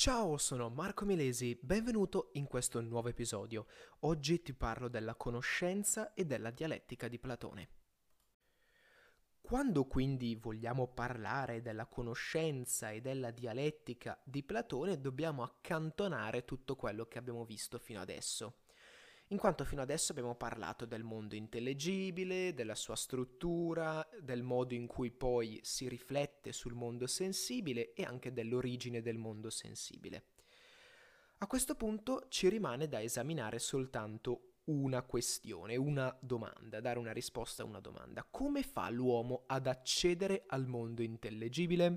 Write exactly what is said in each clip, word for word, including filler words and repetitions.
Ciao, sono Marco Milesi, benvenuto in questo nuovo episodio. Oggi ti parlo della conoscenza e della dialettica di Platone. Quando quindi vogliamo parlare della conoscenza e della dialettica di Platone, dobbiamo accantonare tutto quello che abbiamo visto fino adesso. In quanto fino adesso abbiamo parlato del mondo intellegibile, della sua struttura, del modo in cui poi si riflette sul mondo sensibile e anche dell'origine del mondo sensibile. A questo punto ci rimane da esaminare soltanto una questione, una domanda, dare una risposta a una domanda. Come fa l'uomo ad accedere al mondo intellegibile?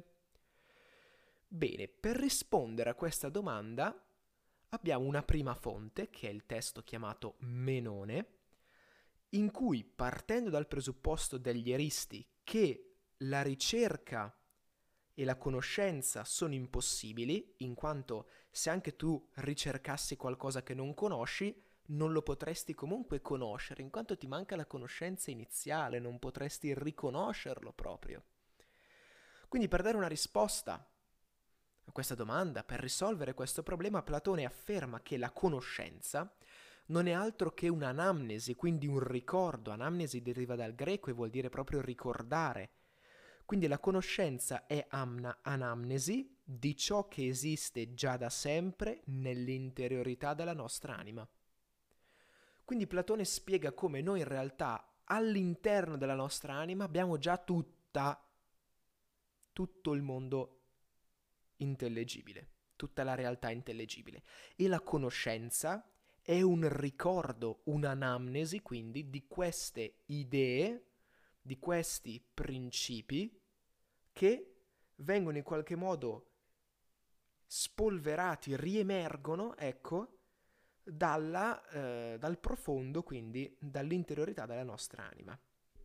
Bene, per rispondere a questa domanda abbiamo una prima fonte, che è il testo chiamato Menone, in cui, partendo dal presupposto degli eristi che la ricerca e la conoscenza sono impossibili, in quanto se anche tu ricercassi qualcosa che non conosci, non lo potresti comunque conoscere, in quanto ti manca la conoscenza iniziale, non potresti riconoscerlo proprio. Quindi per dare una risposta a questa domanda, per risolvere questo problema, Platone afferma che la conoscenza non è altro che un'anamnesi, quindi un ricordo. Anamnesi deriva dal greco e vuol dire proprio ricordare. Quindi la conoscenza è amna, anamnesi di ciò che esiste già da sempre nell'interiorità della nostra anima. Quindi Platone spiega come noi in realtà all'interno della nostra anima abbiamo già tutta, tutto il mondo intellegibile, tutta la realtà intellegibile. E la conoscenza è un ricordo, un'anamnesi quindi di queste idee, di questi principi che vengono in qualche modo spolverati, riemergono, ecco, dalla, eh, dal profondo, quindi dall'interiorità della nostra anima.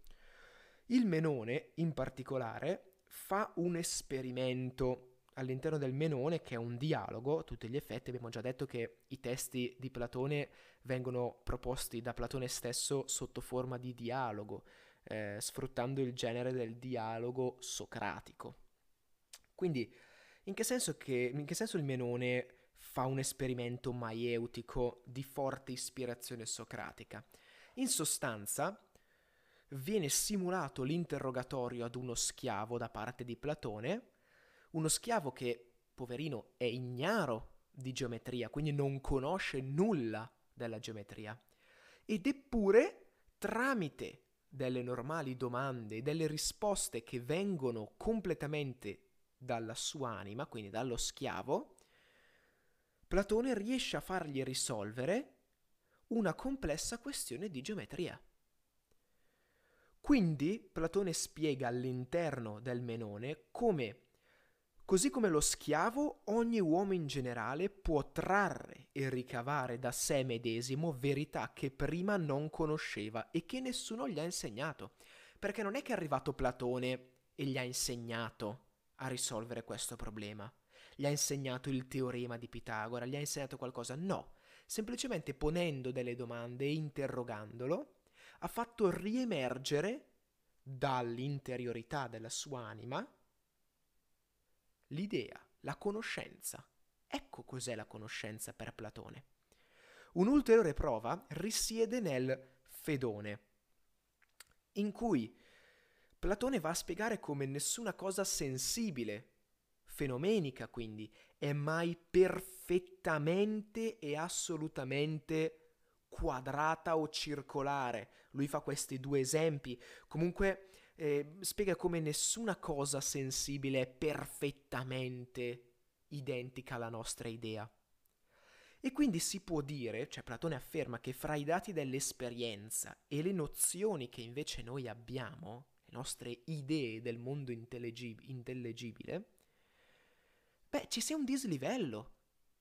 Il Menone, in particolare, fa un esperimento all'interno del Menone, che è un dialogo, a tutti gli effetti. Abbiamo già detto che i testi di Platone vengono proposti da Platone stesso sotto forma di dialogo, eh, sfruttando il genere del dialogo socratico. Quindi, in che senso che, in che senso il Menone fa un esperimento maieutico di forte ispirazione socratica? In sostanza, viene simulato l'interrogatorio ad uno schiavo da parte di Platone, uno schiavo che, poverino, è ignaro di geometria, quindi non conosce nulla della geometria. Ed eppure, tramite delle normali domande e delle risposte che vengono completamente dalla sua anima, quindi dallo schiavo, Platone riesce a fargli risolvere una complessa questione di geometria. Quindi Platone spiega all'interno del Menone come, così come lo schiavo, ogni uomo in generale può trarre e ricavare da sé medesimo verità che prima non conosceva e che nessuno gli ha insegnato. Perché non è che è arrivato Platone e gli ha insegnato a risolvere questo problema. Gli ha insegnato il teorema di Pitagora, gli ha insegnato qualcosa. No, semplicemente ponendo delle domande e interrogandolo, ha fatto riemergere dall'interiorità della sua anima l'idea, la conoscenza. Ecco cos'è la conoscenza per Platone. Un'ulteriore prova risiede nel Fedone, in cui Platone va a spiegare come nessuna cosa sensibile, fenomenica quindi, è mai perfettamente e assolutamente quadrata o circolare. Lui fa questi due esempi. Comunque eh, spiega come nessuna cosa sensibile è perfettamente identica alla nostra idea. E quindi si può dire, cioè Platone afferma che fra i dati dell'esperienza e le nozioni che invece noi abbiamo, le nostre idee del mondo intellegib- intellegibile, beh, ci sia un dislivello.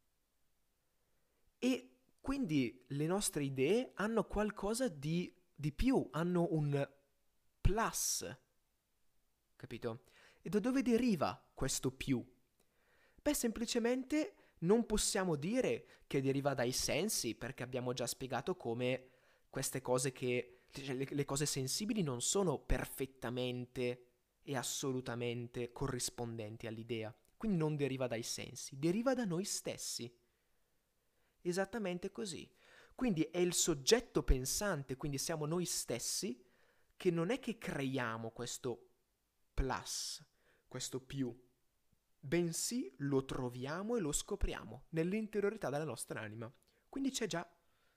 E quindi le nostre idee hanno qualcosa di, di più, hanno un plus, capito? E da dove deriva questo più? Beh, semplicemente non possiamo dire che deriva dai sensi, perché abbiamo già spiegato come queste cose che, cioè le, le cose sensibili non sono perfettamente e assolutamente corrispondenti all'idea. quindi non deriva dai sensi, deriva da noi stessi. Esattamente così. Quindi è il soggetto pensante, quindi siamo noi stessi, che non è che creiamo questo plus, questo più, bensì lo troviamo e lo scopriamo nell'interiorità della nostra anima. Quindi c'è già.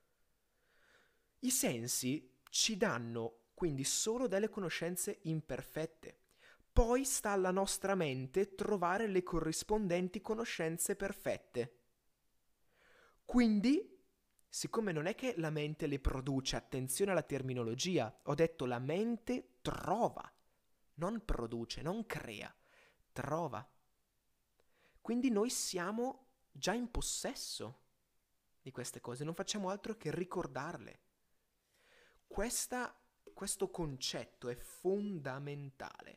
I sensi ci danno quindi solo delle conoscenze imperfette. Poi sta alla nostra mente trovare le corrispondenti conoscenze perfette. Quindi, siccome non è che la mente le produce, attenzione alla terminologia, ho detto la mente trova, non produce, non crea, trova. Quindi noi siamo già in possesso di queste cose, non facciamo altro che ricordarle. Questa, questo concetto è fondamentale.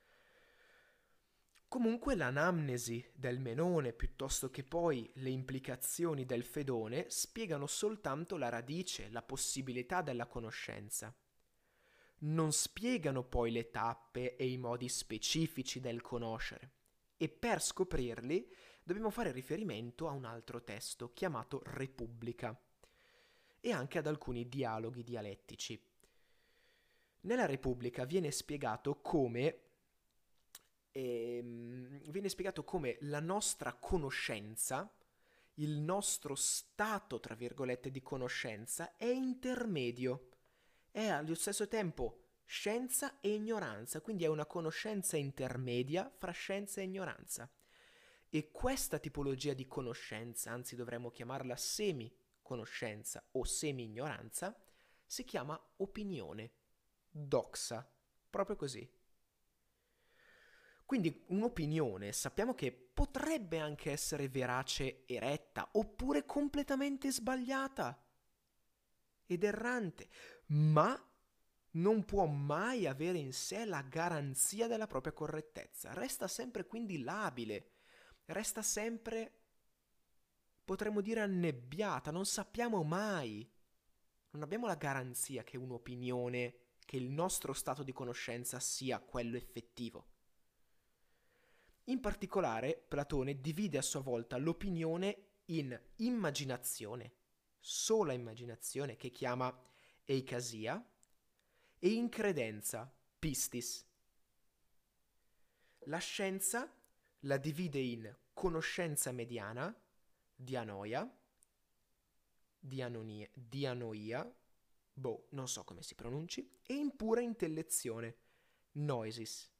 Comunque l'anamnesi del Menone, piuttosto che poi le implicazioni del Fedone, spiegano soltanto la radice, la possibilità della conoscenza. Non spiegano poi le tappe e i modi specifici del conoscere. E per scoprirli dobbiamo fare riferimento a un altro testo chiamato Repubblica e anche ad alcuni dialoghi dialettici. Nella Repubblica viene spiegato come ehm, viene spiegato come la nostra conoscenza, il nostro stato, tra virgolette, di conoscenza è intermedio, è allo stesso tempo scienza e ignoranza, quindi è una conoscenza intermedia fra scienza e ignoranza. E questa tipologia di conoscenza, anzi dovremmo chiamarla semi-conoscenza o semi-ignoranza, si chiama opinione, doxa, proprio così. Quindi un'opinione sappiamo che potrebbe anche essere verace e retta, oppure completamente sbagliata ed errante, ma non può mai avere in sé la garanzia della propria correttezza. Resta sempre quindi labile, resta sempre, potremmo dire, annebbiata, non sappiamo mai. Non abbiamo la garanzia che un'opinione, che il nostro stato di conoscenza sia quello effettivo. In particolare, Platone divide a sua volta l'opinione in immaginazione, sola immaginazione, che chiama eikasia, e in credenza, pistis. La scienza la divide in conoscenza mediana, dianoia, dianonia, dianoia, boh, non so come si pronunci, e in pura intellezione, noesis.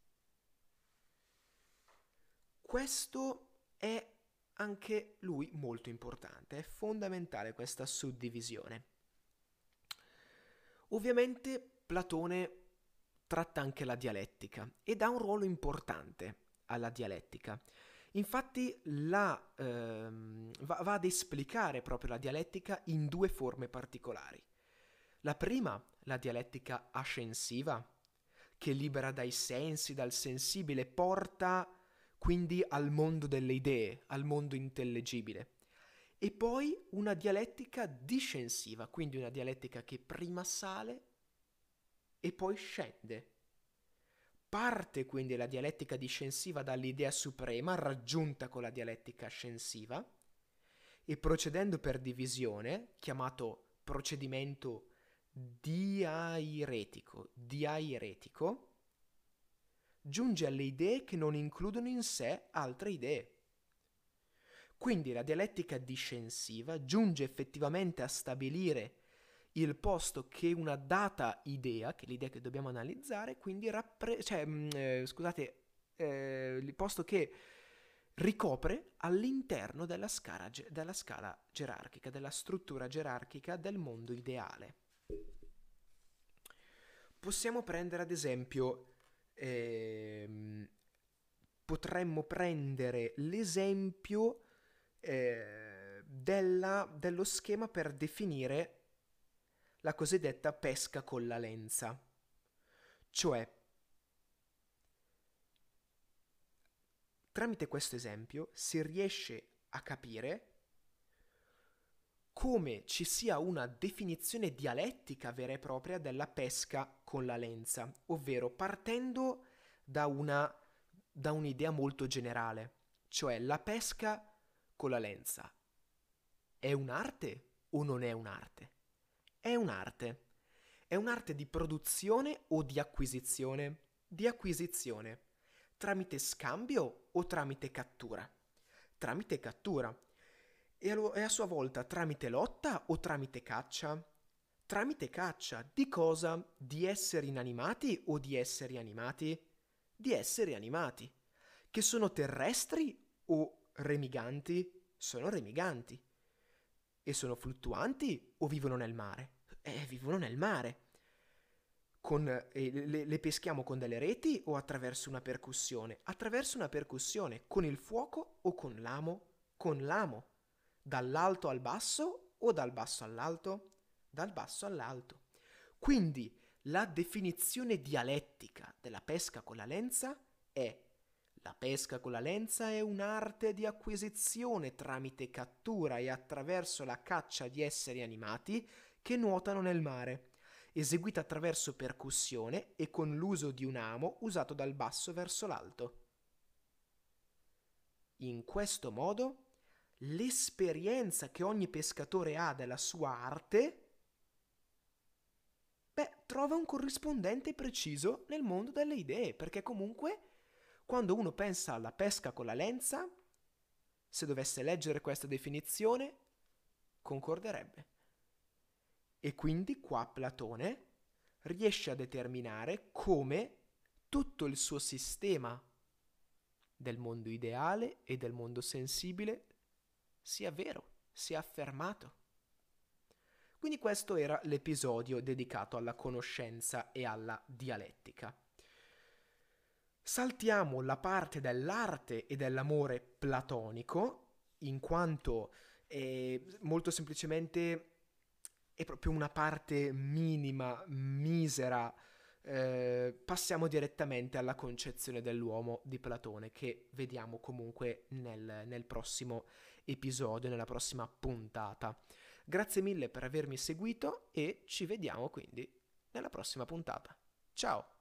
Questo è anche lui molto importante, è fondamentale questa suddivisione. Ovviamente Platone tratta anche la dialettica e dà un ruolo importante alla dialettica. Infatti la, ehm, va, va ad esplicare proprio la dialettica in due forme particolari. La prima, la dialettica ascensiva, che libera dai sensi, dal sensibile, porta quindi al mondo delle idee, al mondo intellegibile. E poi una dialettica discensiva, quindi una dialettica che prima sale e poi scende. Parte quindi la dialettica discensiva dall'idea suprema raggiunta con la dialettica ascensiva e procedendo per divisione, chiamato procedimento diairetico, diairetico, giunge alle idee che non includono in sé altre idee. Quindi la dialettica discensiva giunge effettivamente a stabilire il posto che una data idea, che è l'idea che dobbiamo analizzare, quindi rappre- cioè, mh, eh, scusate, eh, il posto che ricopre all'interno della scala, ge- della scala gerarchica, della struttura gerarchica del mondo ideale. Possiamo prendere ad esempio, ehm, potremmo prendere l'esempio eh, della, dello schema per definire la cosiddetta pesca con la lenza, cioè tramite questo esempio si riesce a capire come ci sia una definizione dialettica vera e propria della pesca con la lenza, ovvero partendo da una da un'idea molto generale. cioè la pesca con la lenza, è un'arte o non è un'arte? È un'arte. È un'arte di produzione o di acquisizione? Di acquisizione. Tramite scambio o tramite cattura? Tramite cattura. E a, lu- e a sua volta tramite lotta o tramite caccia? Tramite caccia. Di cosa? Di esseri inanimati o di esseri animati? Di esseri animati. Che sono terrestri o remiganti? Sono remiganti. E sono fluttuanti o vivono nel mare? Eh, vivono nel mare. Con, eh, le, le peschiamo con delle reti o attraverso una percussione? Attraverso una percussione. Con il fuoco o con l'amo? Con l'amo. Dall'alto al basso o dal basso all'alto? Dal basso all'alto. Quindi la definizione dialettica della pesca con la lenza è: la pesca con la lenza è un'arte di acquisizione tramite cattura e attraverso la caccia di esseri animati che nuotano nel mare, eseguita attraverso percussione e con l'uso di un amo usato dal basso verso l'alto. In questo modo, l'esperienza che ogni pescatore ha della sua arte, beh, trova un corrispondente preciso nel mondo delle idee, perché comunque quando uno pensa alla pesca con la lenza, se dovesse leggere questa definizione, concorderebbe. E quindi qua Platone riesce a determinare come tutto il suo sistema del mondo ideale e del mondo sensibile sia vero, sia affermato. Quindi questo era l'episodio dedicato alla conoscenza e alla dialettica. Saltiamo la parte dell'arte e dell'amore platonico, in quanto è molto semplicemente è proprio una parte minima, misera. Eh, passiamo direttamente alla concezione dell'uomo di Platone, che vediamo comunque nel, nel prossimo episodio, nella prossima puntata. Grazie mille per avermi seguito e ci vediamo quindi nella prossima puntata. Ciao!